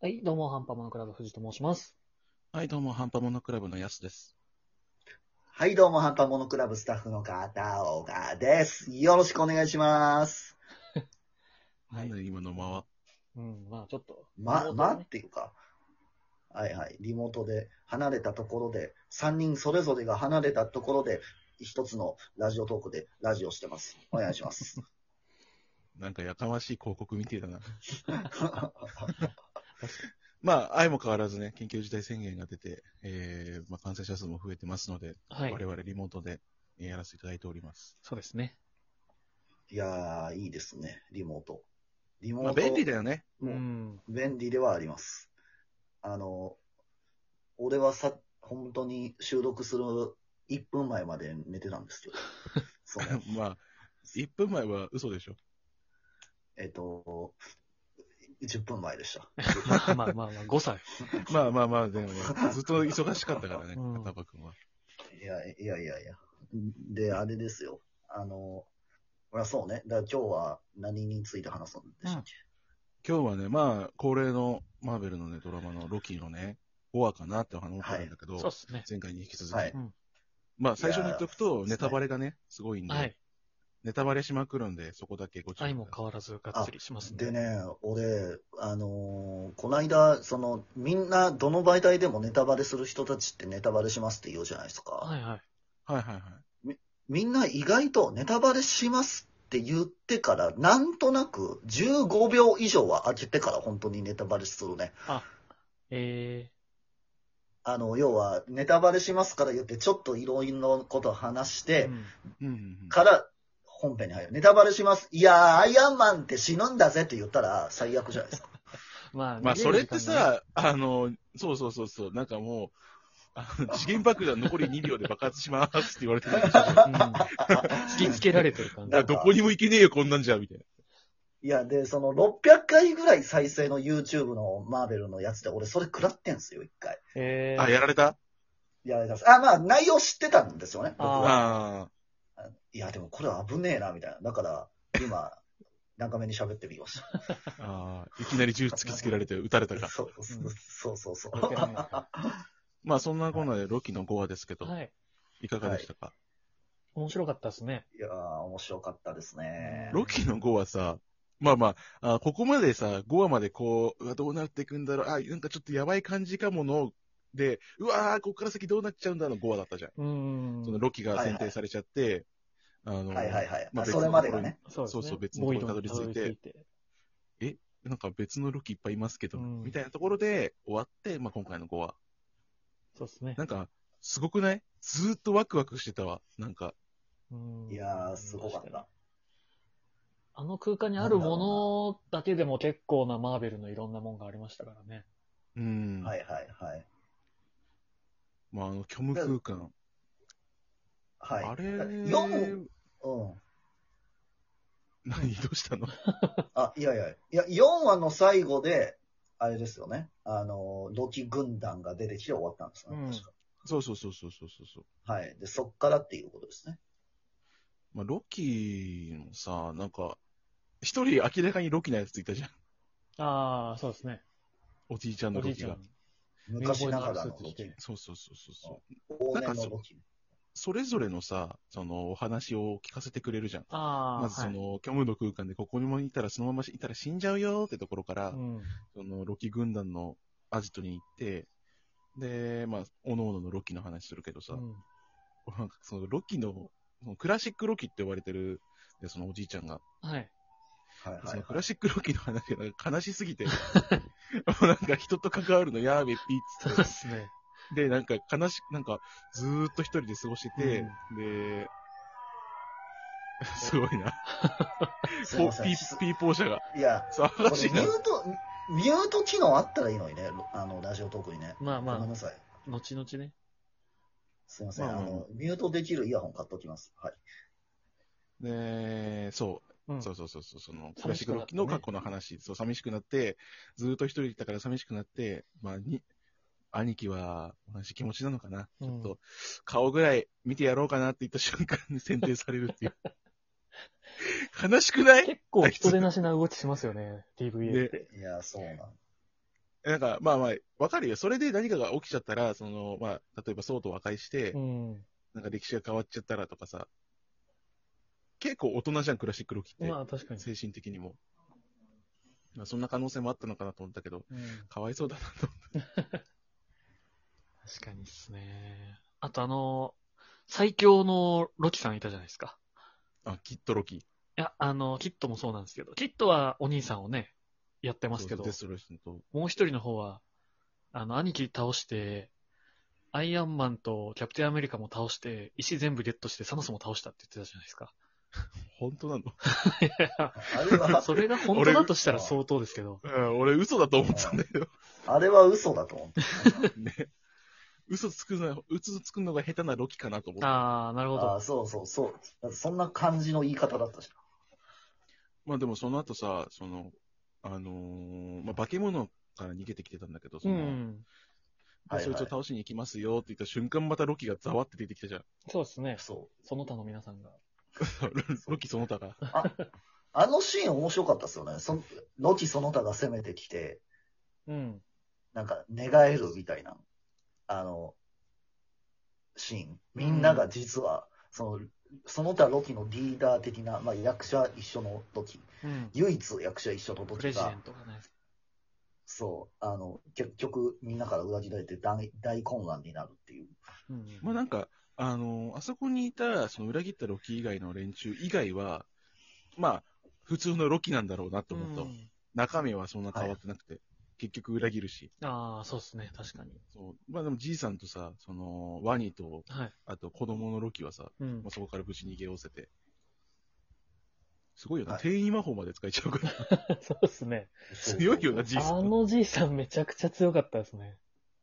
はい、どうも、ハンパモノクラブ藤と申します。 はい、どうも、ハンパモノクラブのやすです。 はい、どうも、ハンパモノクラブスタッフの片岡です。よろしくお願いします。 はい。 なんで今の間は。 まあちょっと、リモートでね。 っていうか、はいはい、リモートで離れたところで、3人それぞれが離れたところで、一つのラジオトークでラジオしてます。お願いします。 なんかやかましい広告みてえだな。 確かまあ、相も変わらずね、緊急事態宣言が出て、感染者数も増えてますので、 はい。 我々リモートでやらせていただいております。 そうですね。 いやー、いいですね、リモート。リモまあ、 ート、 便利だよね。 うん。 便利ではあります。俺は本当に収録する1分前まで寝てたんですけど、 まあ、1分前は嘘でしょ。 えっと、10分前でした。 誤差よ。 まあ、でもね、ずっと忙しかったからね、片場君は。 いや。で、あれですよ。そうね。だから今日は何について話すんでしたっけ？ 今日はね、まあ、恒例のマーベルのね、ドラマのロキのね、5話かなって思ってるんだけど、 そうっすね。 前回に引き続き。 はい。 まあ、最初に言っておくと、 そうですねネタバレがね、すごいんで、 はい。 ネタバレしまくるんで、そこだけご注意愛もくださ変わらずがっつりしますんで。 でね、俺、こないだ、みんなどの媒体でもネタバレする人たちってネタバレしますって言うじゃないですか。 はいはい。 い。はいはいはい。 みんな意外とネタバレしますって言ってから、なんとなく15秒以上は空けてから本当にネタバレするね。要は、ネタバレしますから言って、ちょっといろいろなことを話しうて、 ん。 から本編に入る。ネタバレします。いやー、アイアンマンって死ぬんだぜって言ったら最悪じゃないですか。 ままあ、それってさ、そう、なんかもう、次元爆弾残り2秒で爆発しますって言われてるんでしょ。 突きつけられてる感じ。 どこにも行けねえよ、こんなんじゃ、みたいな。 いや、で、その600回ぐらい再生の YouTube のマーベルのやつで、俺それ食らってんすよ、一回。 あ、やられたやられたんです。まあ、内容知ってたんですよね、僕あは。いや、でもこれ危ねえな、みたいな。だから、今、長めに喋ってみました。 いきなり銃突きつけられて撃たれたか。 そう。 まあ、そんなこんなでロキの5話ですけど、 はい。 いかがでしたか？ 面白かったですね。 いやー、面白かったですね。 ロキの5話さ、ここまでさ、5話までこう、どうなっていくんだろう、なんかちょっとやばい感じかもの、で、うわー、こっから先どうなっちゃうんだの5話だったじゃん。そのロキが選定されちゃって、 それまでがね。 そう、別のところにたどり着いて、なんか別のロキいっぱいいますけど、みたいなところで終わって、まあ今回の5話。 そうですね。 なんか、すごくない？ずーっとワクワクしてたわ、なんか。 いやー、すごかった。 あの空間にあるものだけでも結構なマーベルのいろんなもんがありましたからね。 はい。 まあ、虚無空間。 はい。 あれ何どうしたの？ いや、4話の最後で、あれですよね。ロキ軍団が出てきて終わったんですよね、確か。 そう。 はい。で、そっからっていうことですね。 まあ、ロキのさ、なんか、一人明らかにロキなやついたじゃん。 ああ、そうですね。 おじいちゃんのロキが。 昔ながらのロキ。 そう。 往年のロキ。 それぞれのさ、そのお話を聞かせてくれるじゃん。まずはい、 虚無の空間でここにもいたらそのままいたら死んじゃうよってところから、そのロキ軍団のアジトに行って、で、まあ、各々のロキの話するけどさ、なんかそのロキの、クラシックロキって呼ばれてる、で、そのおじいちゃんが。そのクラシックロキの話がなんか悲しすぎて、なんか人と関わるのやーべっぴーっつって。 そうですね。 で、なんかなんかずーっと一人で過ごしてて、で、すごいな。ピーポー社が。 いや、 騒がしいな。 ミュート機能あったらいいのにね、ラジオトークにね。 まあ、 ごめんなさい。 後々ね。 すいません。ミュートできるイヤホン買っときます。はい。 そう、その、クラシックロッキの過去の話、そう、寂しくなって、ずーっと一人いたから寂しくなって、まあ、兄貴は同じ気持ちなのかな。ちょっと、顔ぐらい見てやろうかなって言った瞬間に選定されるっていう。悲しくない？ 結構人手なしな動きしますよね、TVA って。 いや、そうなん。 なんか、まあまあ、わかるよ。それで何かが起きちゃったら、まあ、例えば宋と和解して、 うん。 なんか歴史が変わっちゃったらとかさ、結構大人じゃん、クラシックロキって。 まあ確かに。 精神的にも。まあ、そんな可能性もあったのかなと思ったけど、 うん。 かわいそうだなと思って。 確かにっすね。あと最強のロキさんいたじゃないですか。 あ、きっとロキ。 いや、キッドもそうなんですけど、キッドはお兄さんをね、やってまそうそう、 すけど、 デストロイさんと。 もう一人の方は、兄貴倒して、アイアンマンとキャプテンアメリカも倒して、石全部ゲットしてサノスも倒したって言ってたじゃないですか。 本当なの？ いや、 あれは、 それが本当だとしたら相当ですけど。 うん、俺嘘だと思ってたんだけど。 あれは嘘だと思ってね。嘘つくのが下手なロキかなと思って。 ああ、なるほど。 そう。そんな感じの言い方だったし。 まあでもその後さ、まあ化け物から逃げてきてたんだけど、 うん。 でそいつを倒しに行きますよって言った瞬間またロキがざわって出てきたじゃん。 そうですね。 そその他の皆さんが。 ロキその他が。 あのシーン面白かったですよね。ロキその他が攻めてきて、 うん。 なんか寝返るみたいな、シーン。みんなが実は、その他ロキのリーダー的な、まあ役者一緒の時、 うん。 唯一役者一緒の時がプレジデン、トがね。 そう、結局みんなから裏切られて大混乱になるっていう。 うん。 まあなんか、あそこにいた、その裏切ったロキ以外の連中以外は、まあ、普通のロキなんだろうなと思ったわ。中身はそんな変わってなくて、結局裏切るし。 ああ、そうですね。確かに。 そう。まあでもじいさんとさ、ワニと、 はい。 あと子供のロキはさ、 うんまあ、。そこから無事逃げおせて。すごいよな。 はい転移魔法まで使えちゃうから。 そうですね。 強いよな、じいさん。 じいさんめちゃくちゃ強かったですね。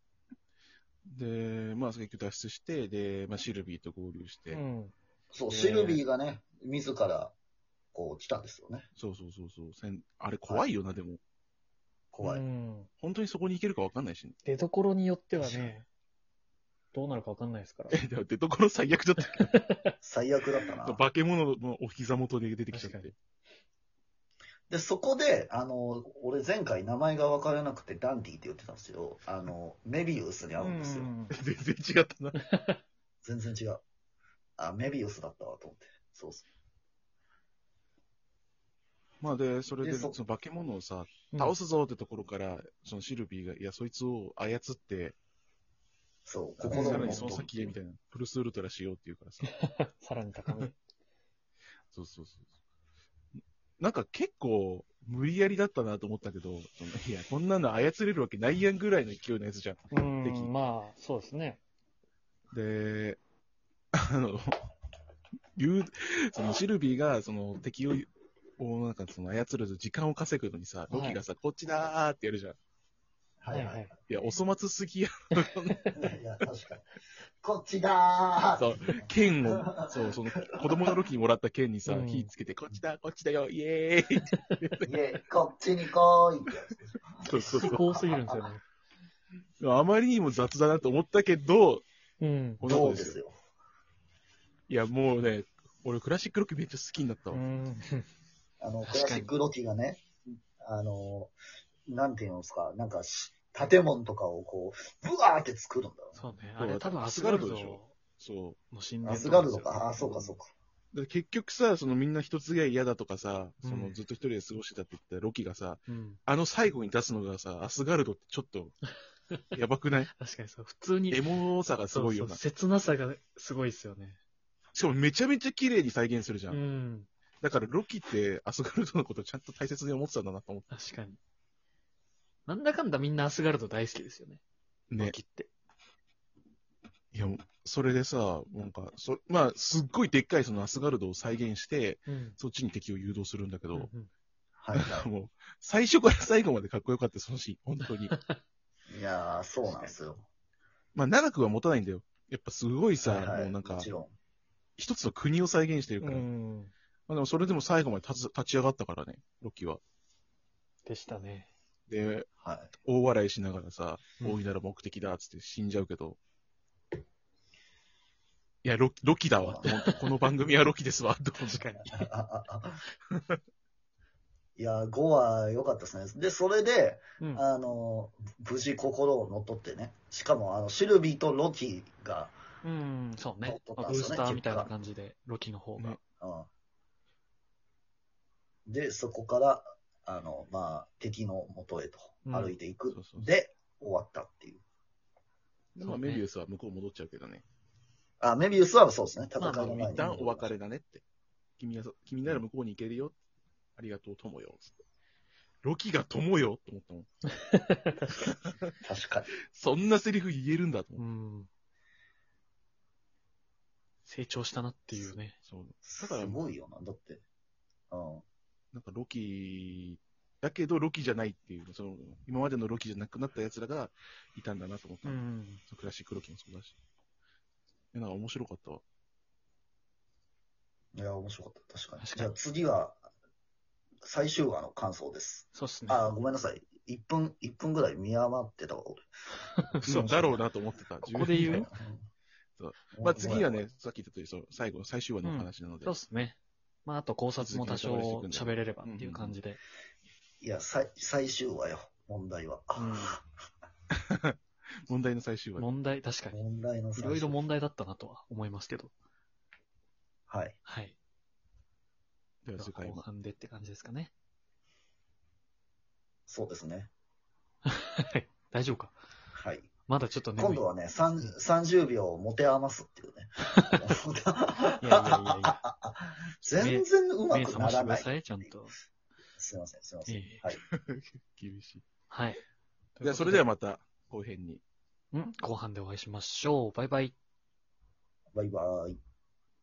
で、まあ結局脱出して、で、まあシルビーと合流して。 うん。 そう、シルビーがね、自ら、こう、来たんですよね。 そう。あれ怖いよな、でも。 怖い。 うん。 本当にそこに行けるか分かんないし、ね。 出所によってはね、どうなるか分かんないですから。 でも出所最悪だったけ最悪だったど。 な。 化け物のお膝元で出てきちゃっ確かて。 で、そこで、俺前回名前が分からなくてダンディって言ってたんですよ。メビウスに会うんですよ。 全然違ったな。 全然違う。メビウスだったわと思って。そうそう。 まあで、それで、 でその化け物をさ、倒すぞってところから、そのシルビーが、いや、そいつを操って、 そう、 さ心をらにその先へみたいな、プルスウルトラしようって言うからさ。 さらに高め。 そう。なんか結構、無理やりだったなと思ったけど、いや、こんなの操れるわけないやんぐらいの勢いのやつじゃん。敵。 まあ、そうですね。 で、そのシルビーが、その敵を、なんかその操ると時間を稼ぐのにさ、ロキがさ、こっちだーってやるじゃん。 はいはい。 いや、お粗末すぎや。 いや、確かに。こっちだーそう、剣を、その子供のロキにもらった剣にさ、 うん火つけて、こっちだよ、イエーイって。 いえ、こっちに来いってやつ。 そう。 多すぎるんですよね。 あまりにも雑だなと思ったけど、 うん。 この後ですよ。 そうですよ。 いや、もうね、俺クラシックロックめっちゃ好きになったわ。 クラシックロキがね、なんていうんですか、なんか建物とかをこう、ブワーって作るんだよ。 そうね。あれ多分アスガルドアスガルドでしょ。そう。 の神殿アスガルドか。そうか。 で結局さ、みんな一つが嫌だとかさ、 うんずっと一人で過ごしてたって言ったロキがさ、 うん。 最後に出すのがさ、アスガルドってちょっと、やばくない？ 確かにそう。普通に。 エモさがすごいよな。 そう切なさがすごいですよね。 しかもめちゃめちゃ綺麗に再現するじゃん。 ん。 だからロキってアスガルドのことちゃんと大切に思ってたんだなと思っ確かに。なんだかんだみんなアスガルド大好きですよね。 て。ねロ。キって。 いや、それでさ、なんか、まあ、すっごいでっかいそのアスガルドを再現して、 うん。 そっちに敵を誘導するんだけど、 うんはいはもう、最初から最後までかっこよかった、そのシーン。本当に。 い。いやー、そうなんですよ。 まあ、長くは持たないんだよ。やっぱすごいさ、 はいはいもうなんかも、ちろん。 一つの国を再現してるから。 うん。 まあ、でもそれでも最後まで立ち上がったからね、ロキは。 でしたね。 で、 はい。 大笑いしながらさ、 うん大いなる目的だっつって死んじゃうけど、いや、ロキだわって、本当この番組はロキですわ、って思って確かに。 いや、5は良かったですね。で、それで、 うん。 無事心を乗っ取ってね。しかも、シルビーとロキが、 うん、そうね。 乗っ取まあ、ブーったんですよね、 スターみたいな結果。 感じで、ロキの方が。 ねで、そこから、敵の元へと歩いていく。 そうそうそうで、終わったっていう。 で、 そうねメビウスは向こう戻っちゃうけどね。 メビウスはそうですね、戦いまあまあの前に一旦お別戻りました。 れだねって。君なら向こうに行けるよ。ありがとう、友よ。つって。ロキが友よって思ったもん。 確かに。 そんなセリフ言えるんだとう思って。 ん。成長したなっていうね。 そう。 すだから、 ごいよな、だって。 なんかロキ、だけどロキじゃないっていう、今までのロキじゃなくなった奴らがいたんだなと思ったの。 うん。 クラシックロキもそうだし。なんか面白かったわ。 いや、面白かった。確かに。 確かにじゃあ次は、最終話の感想です。 そうっすね。 ごめんなさい。1分ぐらい見余ってたわ、 そうだろうなと思ってた。 ここで言うそううんまあ次はごめんね、さっき言った通り、最後の最終話のお話なので。 そうっすね。まあ、あと考察も多少喋れればっていう感じで。 いや、最終話よ、問題は。 問題の最終話。 問題、確かに。 問題の最終話。 いろいろ問題だったなとは思いますけど。 はい。 はい。 では次回も。 後半でって感じですかね。 そうですね。 はい。大丈夫か。 はい。 まだちょっと今度はね、30秒持て余すっていうね。 いやいやいやいや。 全然うま目くならない。 覚ましてください、ちゃんと。 すいません、すいません。 ええはい。 厳しい。 はい。 じゃあそれではまた後編に。 後半でお会いしましょう。バイバイ。 バイバイ。